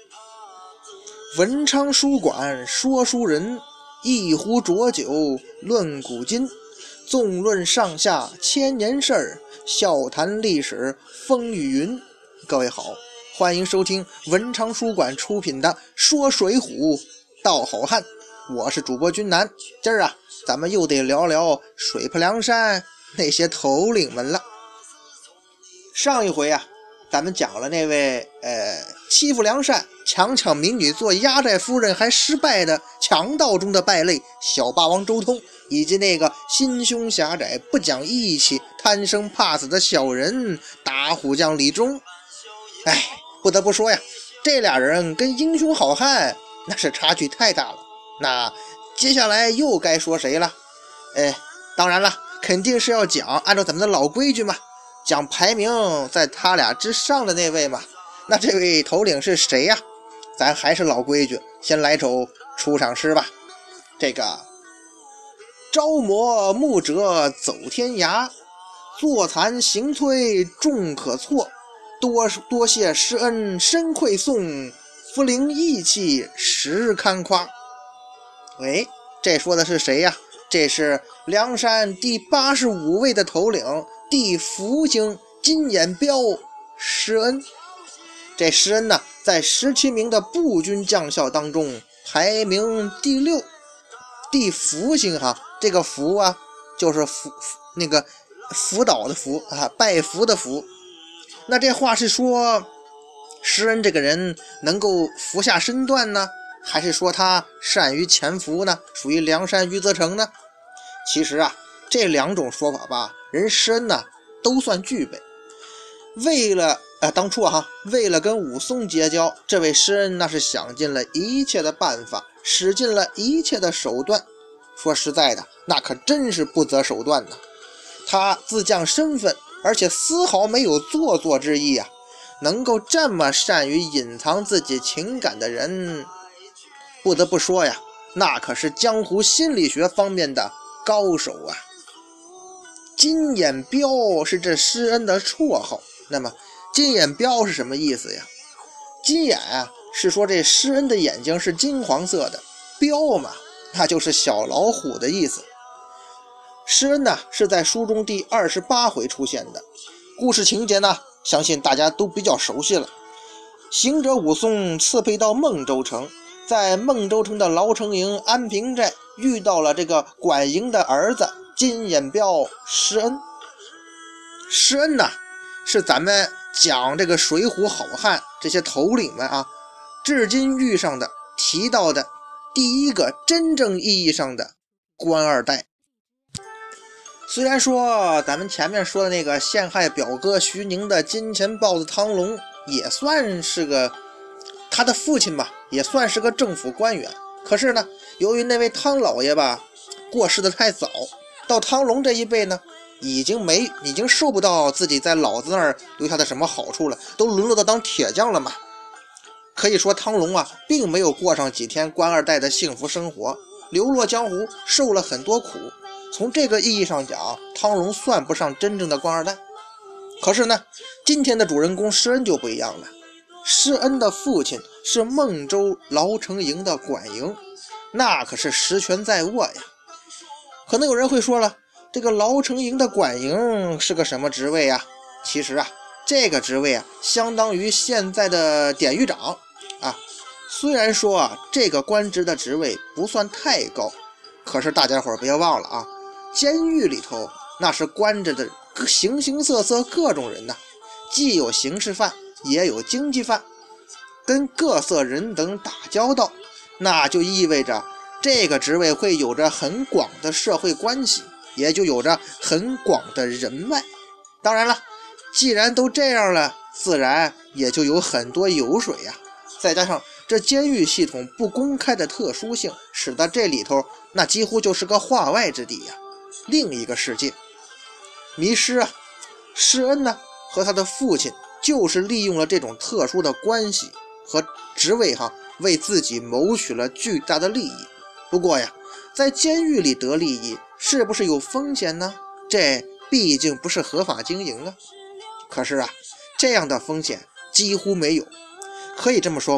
文昌书馆说书人，一壶浊酒论古今。纵论上下千年事儿，笑谈历史风雨云。各位好，欢迎收听文昌书馆出品的说水浒道好汉，我是主播君南。今儿咱们又得聊聊水泊梁山那些头领们了。上一回咱们讲了那位欺负梁山强抢民女做压寨夫人还失败的强盗中的败类小霸王周通，以及那个心胸狭窄不讲义气贪生怕死的小人打虎将李忠。不得不说这俩人跟英雄好汉那是差距太大了。那接下来又该说谁了？当然了，肯定是要讲按照咱们的老规矩嘛，讲排名在他俩之上的那位嘛。那这位头领是谁呀？咱还是老规矩，先来首出场诗吧。这个招魔木者走天涯，坐残行摧众可措，多谢施恩深馈颂，福灵义气实堪夸。这说的是谁呀？这是梁山第85位的头领，地福星金眼彪施恩。这施恩在17名的步军将校当中排名第6。地福星这个福就是那个辅导的福拜福的福。那这话是说施恩这个人能够服下身段呢，还是说他善于潜伏呢，属于梁山余则成呢？其实这两种说法吧，人施恩都算具备。当初为了跟武松结交，这位施恩那是想尽了一切的办法，使尽了一切的手段。说实在的，那可真是不择手段呢。他自降身份，而且丝毫没有做作之意能够这么善于隐藏自己情感的人，不得不说那可是江湖心理学方面的高手金眼彪是这施恩的绰号。那么金眼彪是什么意思呀？金眼是说这施恩的眼睛是金黄色的，彪嘛，那就是小老虎的意思。施恩是在书中第28回出现的，故事情节相信大家都比较熟悉了。行者武松刺配到孟州城，在孟州城的牢城营安平寨遇到了这个管营的儿子金眼彪施恩。施恩是咱们讲这个水浒好汉这些头领们至今遇上的提到的第一个真正意义上的官二代。虽然说咱们前面说的那个陷害表哥徐宁的金钱豹子汤龙也算是个他的父亲吧，也算是个政府官员，可是由于那位汤老爷过世的太早，到汤龙这一辈已经受不到自己在老子那儿留下的什么好处了，都沦落到当铁匠了嘛。可以说汤龙并没有过上几天官二代的幸福生活，流落江湖，受了很多苦。从这个意义上讲，汤龙算不上真正的官二代。可是今天的主人公施恩就不一样了。施恩的父亲是孟州牢城营的管营，那可是实权在握呀。可能有人会说了，这个牢城营的管营是个什么职位其实这个职位相当于现在的典狱长虽然说这个官职的职位不算太高，可是大家伙别忘了监狱里头那是关着的形形色色各种人既有刑事犯也有经济犯，跟各色人等打交道，那就意味着这个职位会有着很广的社会关系，也就有着很广的人脉。当然了，既然都这样了，自然也就有很多油水再加上这监狱系统不公开的特殊性，使得这里头那几乎就是个化外之地另一个世界。迷失施恩和他的父亲就是利用了这种特殊的关系和职位为自己谋取了巨大的利益。不过在监狱里得利益是不是有风险呢？这毕竟不是合法经营可是这样的风险几乎没有。可以这么说吧，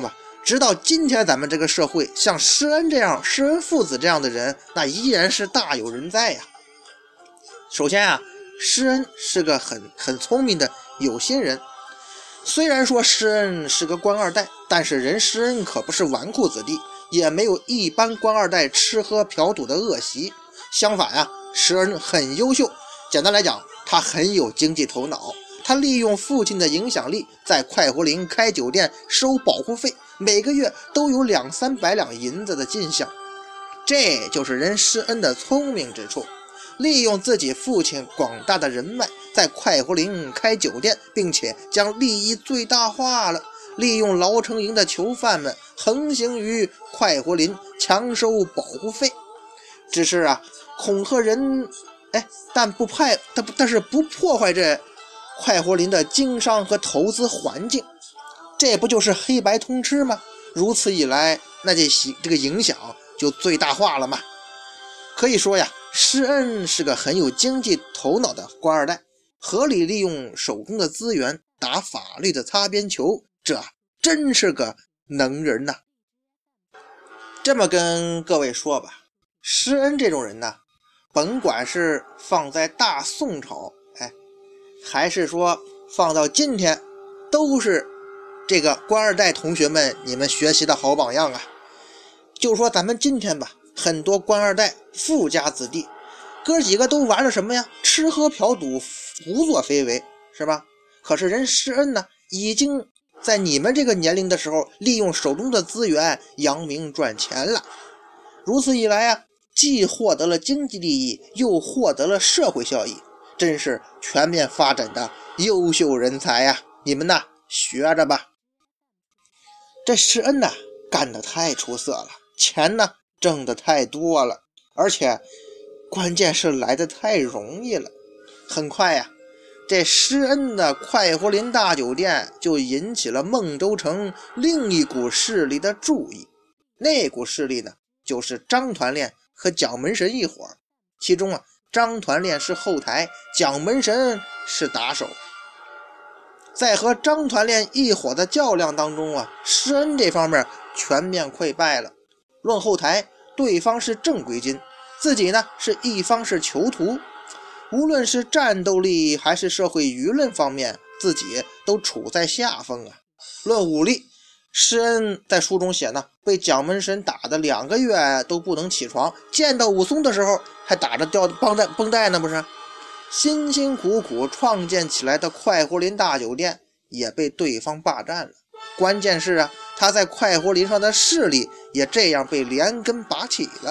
直到今天咱们这个社会，像施恩父子这样的人，那依然是大有人在呀。首先啊，施恩是个很聪明的有心人。虽然说施恩是个官二代，但是人施恩可不是纨绔子弟，也没有一般官二代吃喝嫖赌的恶习。相反啊，施恩很优秀。简单来讲，他很有经济头脑。他利用父亲的影响力，在快活林开酒店收保护费，每个月都有200-300两银子的进项。这就是人施恩的聪明之处，利用自己父亲广大的人脉，在快活林开酒店，并且将利益最大化了，利用牢城营的囚犯们横行于快活林，强收保护费。只是啊，恐吓人，但是不破坏这快活林的经商和投资环境，这不就是黑白通吃吗？如此一来，那这个影响就最大化了嘛。可以说呀，施恩是个很有经济头脑的官二代，合理利用手中的资源，打法律的擦边球，这真是个能人呐。这么跟各位说吧，施恩这种人呢，甭管是放在大宋朝，还是说放到今天，都是这个官二代同学们你们学习的好榜样啊。就说咱们今天吧，很多官二代富家子弟，哥几个都玩了什么呀？吃喝嫖赌，胡作非为，是吧？可是人施恩呢，已经在你们这个年龄的时候，利用手中的资源扬名赚钱了。如此一来啊，既获得了经济利益，又获得了社会效益，真是全面发展的优秀人才呀！你们呐，学着吧。这施恩呐，干得太出色了，钱呢挣得太多了，而且关键是来得太容易了。很快呀，这施恩的快活林大酒店就引起了孟州城另一股势力的注意。那股势力呢，就是张团练和蒋门神一伙。其中啊，张团练是后台，蒋门神是打手。在和张团练一伙的较量当中啊，施恩这方面全面溃败了。论后台，对方是正规军，自己呢是一方是囚徒。无论是战斗力还是社会舆论方面，自己都处在下风啊。论武力，施恩在书中写呢，被蒋门神打的2个月都不能起床，见到武松的时候还打着吊绷带呢，不是？辛辛苦苦创建起来的快活林大酒店也被对方霸占了。关键是啊，他在快活林上的势力也这样被连根拔起了。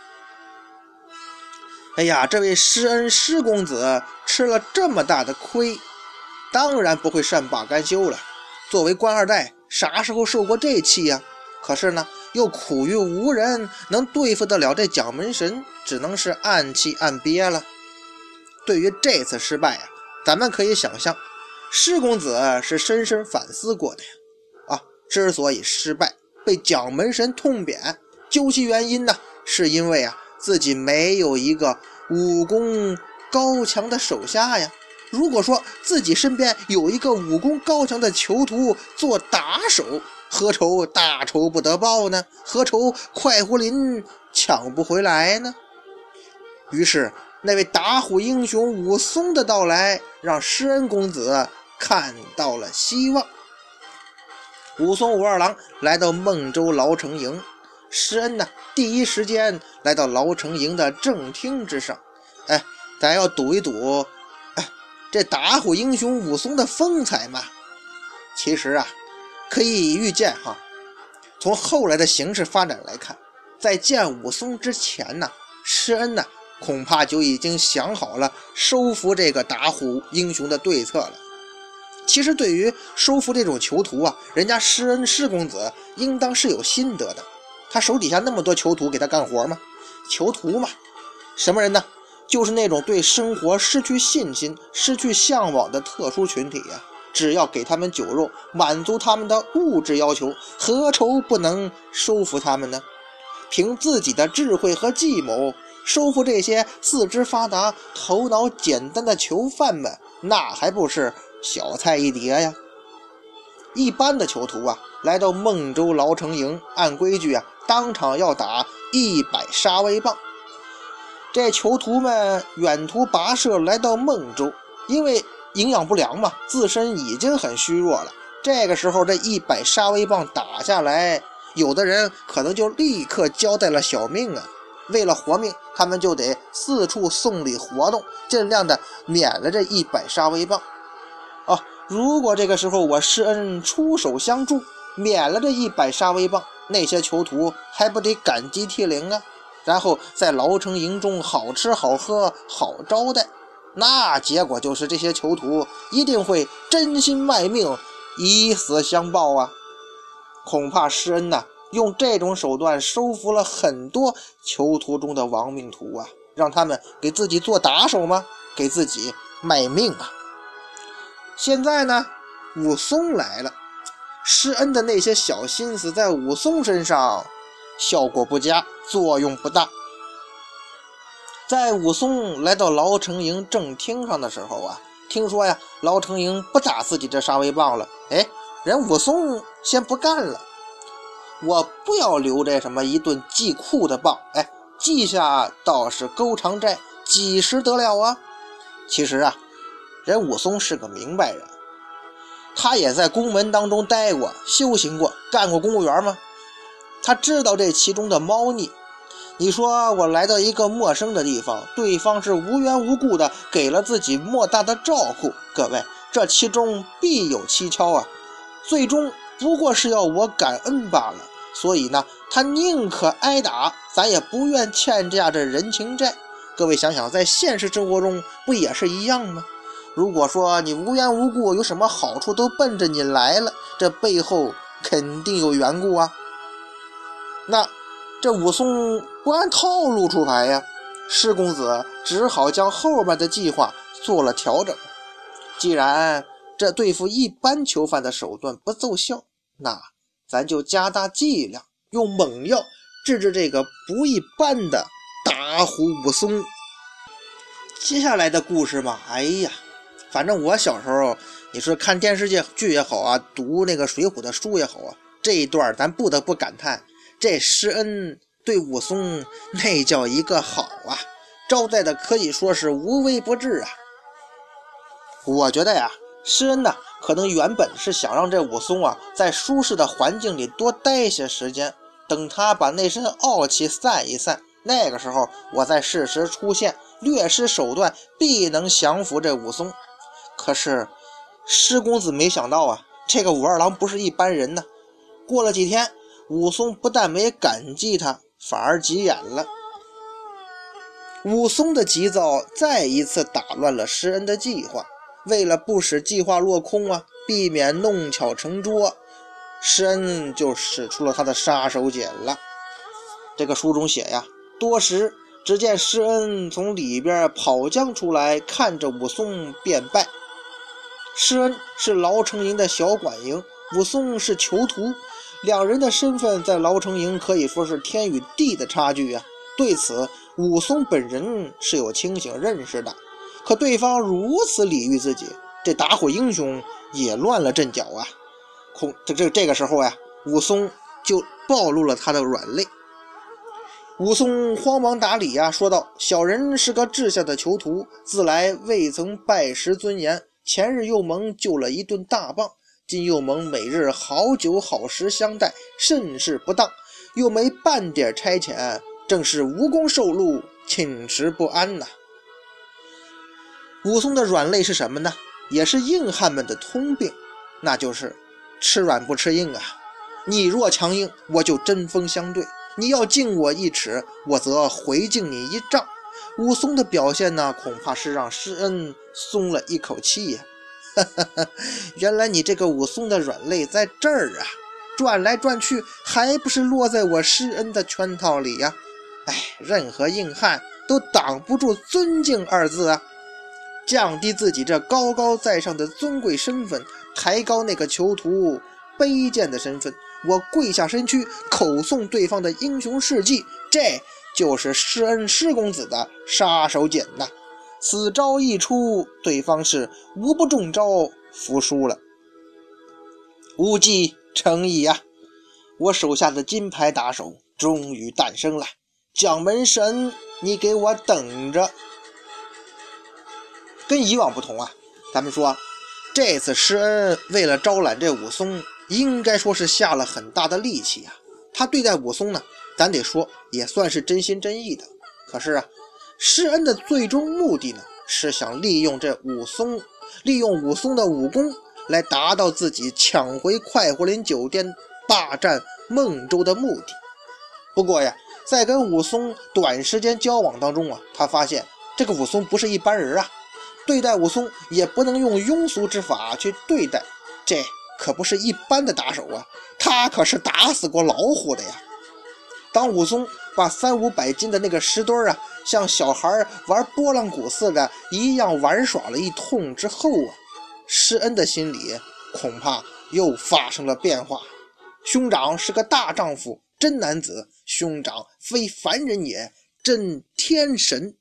哎呀，这位施恩施公子吃了这么大的亏，当然不会善罢甘休了。作为官二代，啥时候受过这气呀？可是呢，又苦于无人能对付得了这蒋门神，只能是暗气暗憋了。对于这次失败啊，咱们可以想象，施公子是深深反思过的呀。之所以失败，被蒋门神痛扁，究其原因呢，是因为啊，自己没有一个武功高强的手下呀。如果说自己身边有一个武功高强的囚徒做打手，何愁大仇不得报呢？何愁快活林抢不回来呢？于是那位打虎英雄武松的到来，让施恩公子看到了希望。武松武二郎来到孟州牢城营，施恩呢，第一时间来到牢城营的正厅之上。咱要赌一赌，这打虎英雄武松的风采嘛。其实啊，可以预见哈，从后来的形势发展来看，在见武松之前呢，施恩呢恐怕就已经想好了收服这个打虎英雄的对策了。其实对于收服这种囚徒啊，人家施恩施公子应当是有心得的。他手底下那么多囚徒给他干活吗？囚徒嘛，什么人呢？就是那种对生活失去信心、失去向往的特殊群体啊。只要给他们酒肉，满足他们的物质要求，何愁不能收服他们呢？凭自己的智慧和计谋，收服这些四肢发达、头脑简单的囚犯们，那还不是小菜一碟呀。 一般的囚徒啊，来到孟州牢城营，按规矩啊，当场要打100杀威棒。这囚徒们远途跋涉来到孟州，因为营养不良嘛，自身已经很虚弱了。这个时候这100杀威棒打下来，有的人可能就立刻交代了小命啊。为了活命，他们就得四处送礼活动，尽量的免了这100杀威棒。如果这个时候我施恩出手相助，免了这100杀威棒，那些囚徒还不得感激涕零啊？然后在牢城营中好吃好喝好招待，那结果就是这些囚徒一定会真心卖命，以死相报啊！恐怕施恩呐，用这种手段收服了很多囚徒中的亡命徒啊，让他们给自己做打手吗？给自己卖命啊！现在呢，武松来了，施恩的那些小心思在武松身上效果不佳，作用不大。在武松来到牢城营正厅上的时候啊，听说呀，牢城营不打自己这杀威棒了。人武松先不干了，我不要留这什么一顿记库的棒，记下倒是勾长债，几时得了啊？其实啊，人武松是个明白人，他也在宫门当中待过，修行过，干过公务员吗？他知道这其中的猫腻。你说我来到一个陌生的地方，对方是无缘无故的给了自己莫大的照顾，各位，这其中必有蹊跷啊！最终不过是要我感恩罢了。所以呢，他宁可挨打，咱也不愿欠下这人情债。各位想想，在现实生活中不也是一样吗？如果说你无缘无故有什么好处都奔着你来了，这背后肯定有缘故啊。那这武松不按套路出牌呀，施公子只好将后面的计划做了调整。既然这对付一般囚犯的手段不奏效，那咱就加大剂量，用猛药治治这个不一般的打虎武松。接下来的故事嘛，反正我小时候，你说看电视剧也好啊，读那个水浒的书也好啊，这一段咱不得不感叹，这施恩对武松那叫一个好啊，招待的可以说是无微不至啊。我觉得呀，施恩呢，可能原本是想让这武松啊，在舒适的环境里多待些时间，等他把那身傲气散一散，那个时候我再适时出现，略施手段，必能降服这武松。可是施公子没想到啊，这个武二郎不是一般人呢。过了几天，武松不但没感激他，反而急眼了。武松的急躁再一次打乱了施恩的计划，为了不使计划落空啊，避免弄巧成拙，施恩就使出了他的杀手锏了。这个书中写呀，多时只见施恩从里边跑将出来，看着武松便拜。施恩是牢城营的小管营，武松是囚徒，两人的身份在牢城营可以说是天与地的差距啊。对此武松本人是有清醒认识的，可对方如此礼遇自己，这打虎英雄也乱了阵脚啊。这个时候呀，武松就暴露了他的软肋。武松慌忙打理呀，说道：小人是个治下的囚徒，自来未曾拜师尊严，前日幼蒙救了一顿大棒，今幼蒙每日好酒好食相待，甚是不当，又没半点差遣，正是无功受禄，寝食不安呐。武松的软肋是什么呢？也是硬汉们的通病，那就是吃软不吃硬啊。你若强硬，我就针锋相对；你要敬我一尺，我则回敬你一丈。武松的表现呢，恐怕是让施恩松了一口气呀。原来你这个武松的软肋在这儿啊，转来转去还不是落在我施恩的圈套里呀。任何硬汉都挡不住尊敬二字啊。降低自己这高高在上的尊贵身份，抬高那个囚徒卑贱的身份，我跪下身躯口诵对方的英雄事迹，这就是施恩施公子的杀手锏呐。此招一出，对方是无不中招服输了。 无计成矣啊！我手下的金牌打手终于诞生了，蒋门神，你给我等着！跟以往不同啊，咱们说这次施恩为了招揽这武松，应该说是下了很大的力气啊。他对待武松呢，咱得说也算是真心真意的。可是啊，施恩的最终目的呢，是想利用武松的武功来达到自己抢回快活林酒店、霸占孟州的目的。不过呀，在跟武松短时间交往当中啊，他发现这个武松不是一般人啊，对待武松也不能用庸俗之法去对待，这可不是一般的打手啊，他可是打死过老虎的呀。当武松把300-500斤的那个石墩啊，像小孩玩拨浪鼓似的一样玩耍了一通之后啊，施恩的心里恐怕又发生了变化。兄长是个大丈夫，真男子，兄长非凡人也，真天神。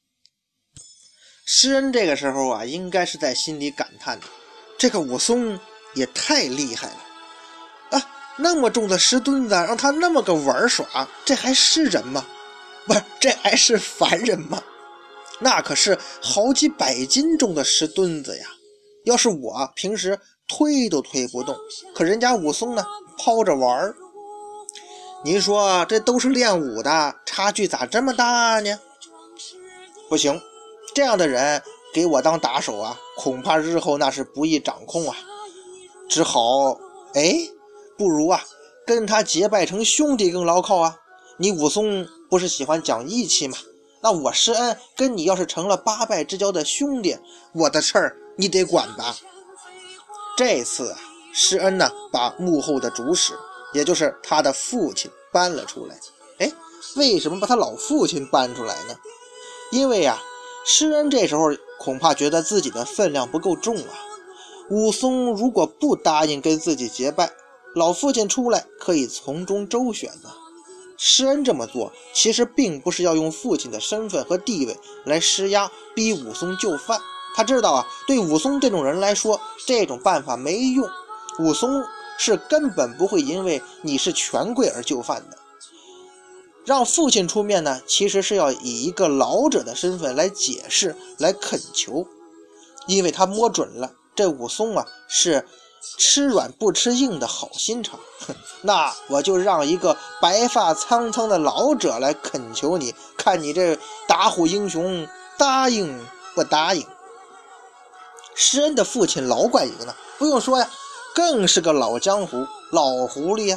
施恩这个时候啊，应该是在心里感叹的，这个武松也太厉害了啊！那么重的石墩子让他那么个玩耍，这还是人吗？不是，这还是凡人吗？那可是好几百斤重的石墩子呀，要是我平时推都推不动，可人家武松呢，抛着玩。您说这都是练武的，差距咋这么大呢？不行，这样的人给我当打手啊，恐怕日后那是不易掌控啊。只好不如啊跟他结拜成兄弟更牢靠啊。你武松不是喜欢讲义气吗？那我施恩跟你要是成了8拜之交的兄弟，我的事儿你得管吧。这次啊，施恩呢把幕后的主使，也就是他的父亲搬了出来。为什么把他老父亲搬出来呢？因为啊，施恩这时候恐怕觉得自己的分量不够重啊。武松如果不答应跟自己结拜，老父亲出来可以从中周旋呢。施恩这么做其实并不是要用父亲的身份和地位来施压逼武松就范，他知道啊，对武松这种人来说，这种办法没用，武松是根本不会因为你是权贵而就范的。让父亲出面呢，其实是要以一个老者的身份来解释，来恳求，因为他摸准了这武松啊是吃软不吃硬的好心肠，那我就让一个白发苍苍的老者来恳求你，看你这打虎英雄答应不答应。施恩的父亲老管营呢，不用说呀，更是个老江湖老狐狸呀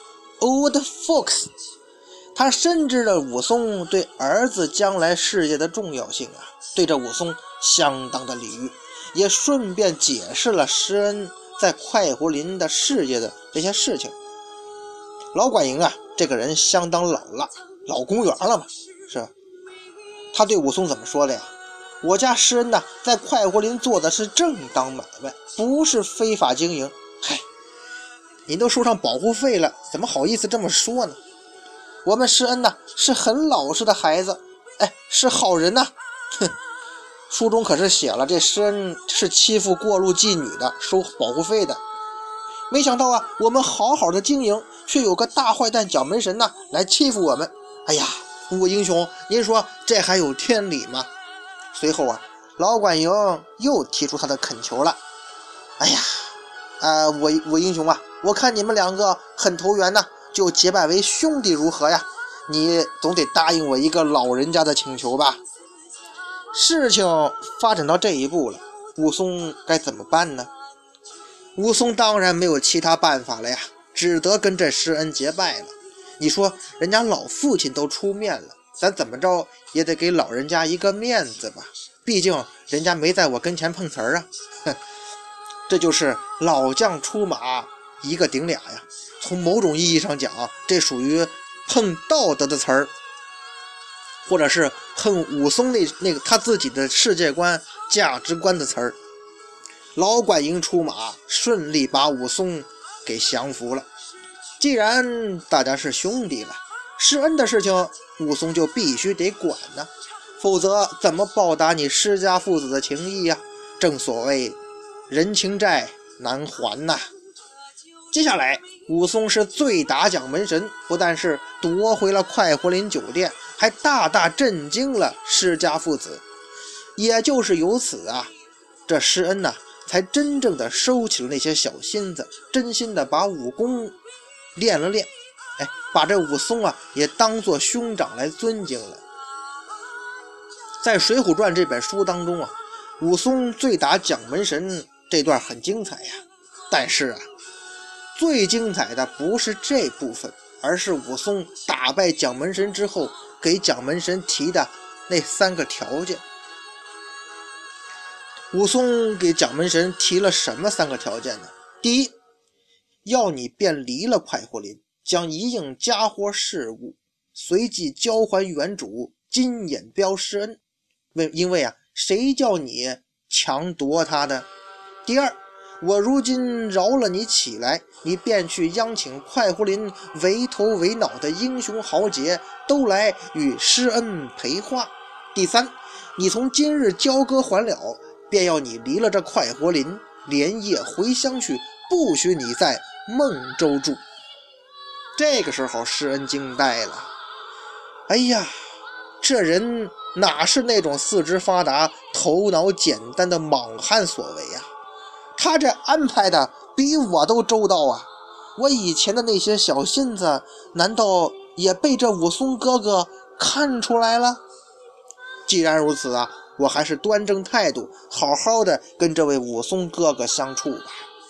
Old Fox。 他深知了武松对儿子将来事业的重要性啊，对这武松相当的礼遇，也顺便解释了施恩在快活林的事业的这些事情。老管营啊，这个人相当老了，老公园了嘛，是吧？他对武松怎么说的呀？我家施恩呢，在快活林做的是正当买卖，不是非法经营。嗨，你都收上保护费了，怎么好意思这么说呢？我们施恩呢，是很老实的孩子，是好人呐。哼，书中可是写了，这施恩是欺负过路妓女的，收保护费的。没想到啊，我们好好的经营，却有个大坏蛋蒋门神呢来欺负我们。哎呀，武英雄，您说这还有天理吗？随后啊，老管营又提出他的恳求了。哎呀，武英雄啊，我看你们两个很投缘呐，就结拜为兄弟如何呀？你总得答应我一个老人家的请求吧。事情发展到这一步了，武松该怎么办呢？武松当然没有其他办法了呀，只得跟这施恩结拜了。你说人家老父亲都出面了，咱怎么着也得给老人家一个面子吧，毕竟人家没在我跟前碰瓷儿啊。这就是老将出马一个顶俩呀，从某种意义上讲，这属于碰道德的词儿，或者是碰武松那个他自己的世界观价值观的词儿。老管营出马，顺利把武松给降服了。既然大家是兄弟了，施恩的事情武松就必须得管呢，否则怎么报答你施家父子的情谊呀？正所谓人情债难还呐。 接下来武松是醉打蒋门神，不但是夺回了快活林酒店，还大大震惊了施家父子。也就是由此啊，这施恩呢才真正的收起了那些小心思，真心的把武功练了练，把这武松啊也当作兄长来尊敬了。在《水浒传》这本书当中啊，武松醉打蒋门神这段很精彩呀，但是啊，最精彩的不是这部分，而是武松打败蒋门神之后给蒋门神提的那3个条件。武松给蒋门神提了什么3个条件呢？第一，要你便离了快活林，将一应家伙事务随即交还原主金眼彪施恩，因为啊，谁叫你强夺他的？第二，我如今饶了你起来，你便去央请快活林为头为脑的英雄豪杰都来与施恩陪话。第三，你从今日交割还了，便要你离了这快活林，连夜回乡去，不许你在孟州住。这个时候施恩惊呆了，哎呀，这人哪是那种四肢发达头脑简单的莽汉所为啊，他这安排的比我都周到啊！我以前的那些小心思难道也被这武松哥哥看出来了？既然如此啊，我还是端正态度，好好的跟这位武松哥哥相处吧。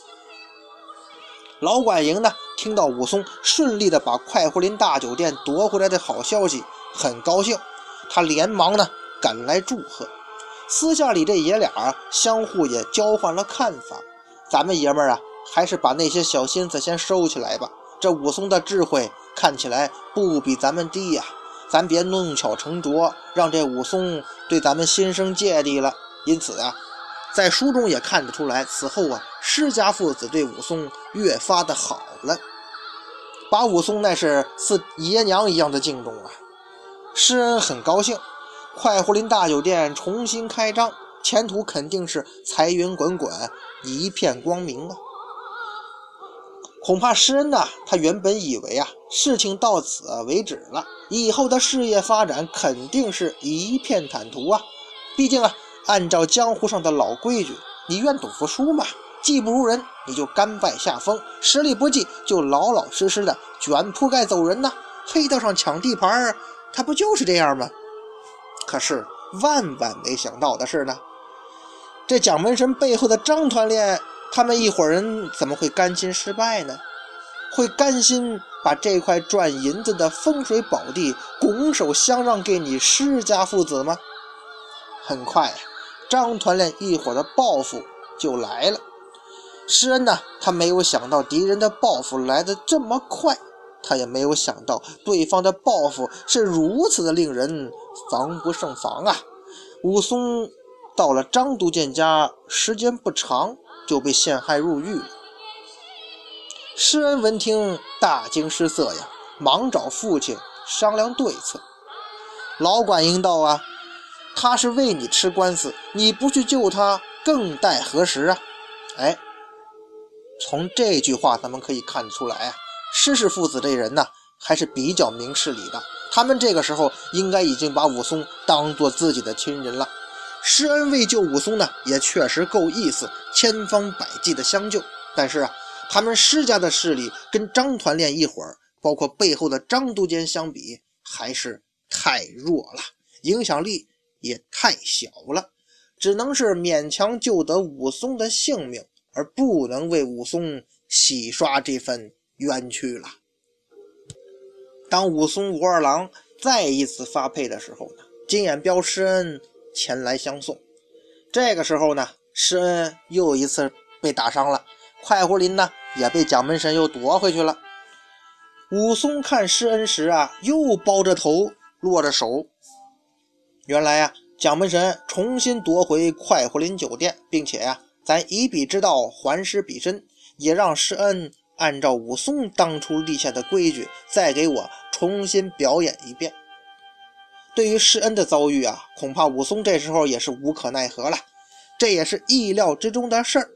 老管营呢，听到武松顺利的把快活林大酒店夺回来的好消息，很高兴，他连忙呢赶来祝贺。私下里这爷俩相互也交换了看法，咱们爷们儿啊，还是把那些小心思先收起来吧。这武松的智慧看起来不比咱们低呀，咱别弄巧成拙，让这武松对咱们心生芥蒂了。因此啊，在书中也看得出来，此后啊，施家父子对武松越发的好了，把武松那是似爷娘一样的敬重啊。施恩很高兴，快活林大酒店重新开张，前途肯定是财源滚滚，一片光明啊。恐怕施恩呢，他原本以为啊，事情到此为止了，以后的事业发展肯定是一片坦途啊。毕竟啊，按照江湖上的老规矩，你愿赌服输嘛，技不如人你就甘拜下风，实力不济就老老实实的卷铺盖走人呐。黑道上抢地盘，他不就是这样吗？可是万万没想到的是呢，这蒋门神背后的张团练，他们一伙人怎么会甘心失败呢？会甘心把这块赚银子的风水宝地拱手相让给你施家父子吗？很快啊，张团练一伙的报复就来了。施恩呢，他没有想到敌人的报复来得这么快，他也没有想到对方的报复是如此的令人防不胜防啊。武松到了张都监家，时间不长就被陷害入狱了。施恩闻听大惊失色呀，忙找父亲商量对策。老管营道啊，他是为你吃官司，你不去救他更待何时啊？从这句话咱们可以看出来啊，施氏父子这人呢，还是比较明事理的，他们这个时候应该已经把武松当作自己的亲人了。施恩为救武松呢，也确实够意思，千方百计的相救。但是啊，他们施家的势力跟张团练一伙儿，包括背后的张都监相比，还是太弱了，影响力也太小了，只能是勉强救得武松的性命，而不能为武松洗刷这份冤屈了。当武松武二郎再一次发配的时候呢，金眼彪施恩前来相送。这个时候呢，施恩又一次被打伤了，快活林呢也被蒋门神又夺回去了。武松看施恩时啊，又包着头落着手。原来啊，蒋门神重新夺回快活林酒店，并且啊，咱以彼之道还施彼身，也让施恩按照武松当初立下的规矩，再给我重新表演一遍。对于施恩的遭遇啊，恐怕武松这时候也是无可奈何了，这也是意料之中的事儿。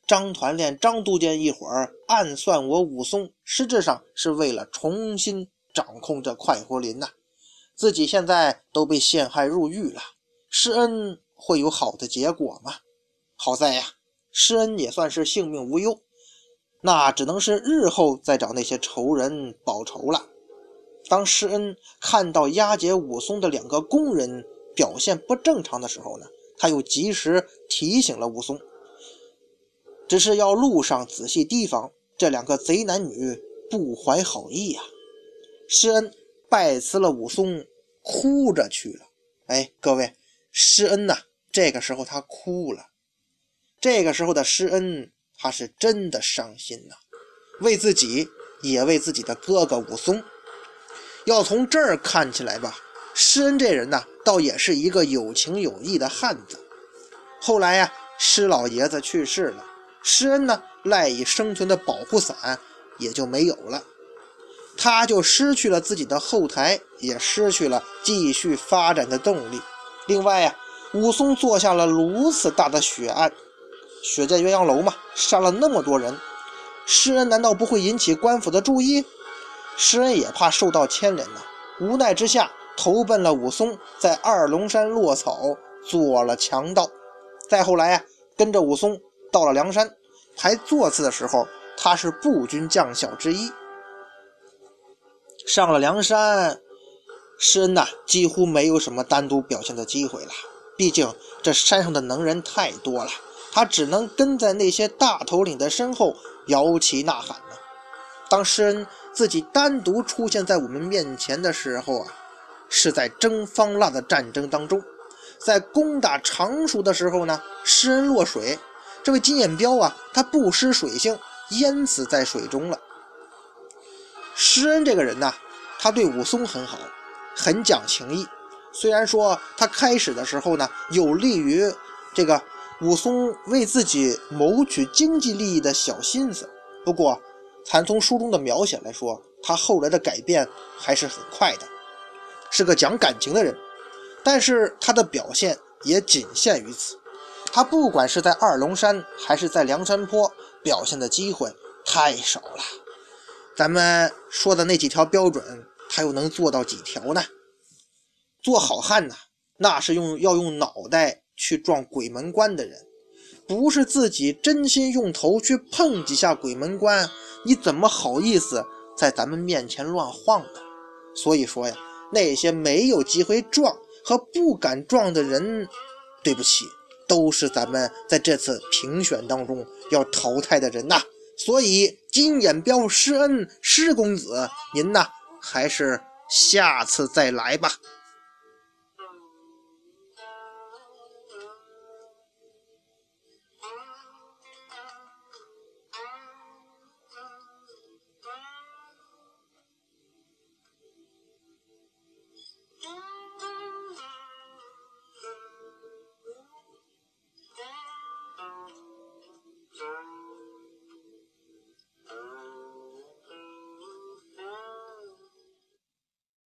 张团练、张都监一伙儿暗算我武松，实质上是为了重新掌控这快活林呐。自己现在都被陷害入狱了，施恩会有好的结果吗？好在呀，施恩也算是性命无忧，那只能是日后再找那些仇人报仇了。当施恩看到押解武松的2个工人表现不正常的时候呢，他又及时提醒了武松，只是要路上仔细提防这2个贼男女不怀好意啊。施恩拜辞了武松，哭着去了。各位，施恩呐，这个时候他哭了。这个时候的施恩，他是真的伤心呐，为自己也为自己的哥哥武松。要从这儿看起来吧，施恩这人呐，倒也是一个有情有义的汉子。后来呀，施老爷子去世了，施恩呢赖以生存的保护伞也就没有了，他就失去了自己的后台，也失去了继续发展的动力。另外呀，武松做下了如此大的血案，血溅鸳鸯楼嘛，杀了那么多人，施恩难道不会引起官府的注意？施恩也怕受到牵连呢，无奈之下投奔了武松，在二龙山落草，做了强盗。再后来跟着武松到了梁山，排座次的时候，他是步军将校之一。上了梁山，施恩几乎没有什么单独表现的机会了，毕竟这山上的能人太多了，他只能跟在那些大头领的身后摇旗呐喊呢。当施恩自己单独出现在我们面前的时候是在征方腊的战争当中，在攻打常熟的时候呢，施恩落水，这位金眼彪他不失水性，淹死在水中了。施恩这个人他对武松很好，很讲情义。虽然说他开始的时候呢，有利于这个武松为自己谋取经济利益的小心思，不过咱从书中的描写来说，他后来的改变还是很快的，是个讲感情的人。但是他的表现也仅限于此，他不管是在二龙山还是在梁山坡，表现的机会太少了。咱们说的那几条标准，他又能做到几条呢？做好汉那是要用脑袋去撞鬼门关的人，不是自己真心用头去碰几下鬼门关，你怎么好意思在咱们面前乱晃呢？所以说那些没有机会撞和不敢撞的人，对不起，都是咱们在这次评选当中要淘汰的人呐。所以金眼彪施恩，施公子，您还是下次再来吧。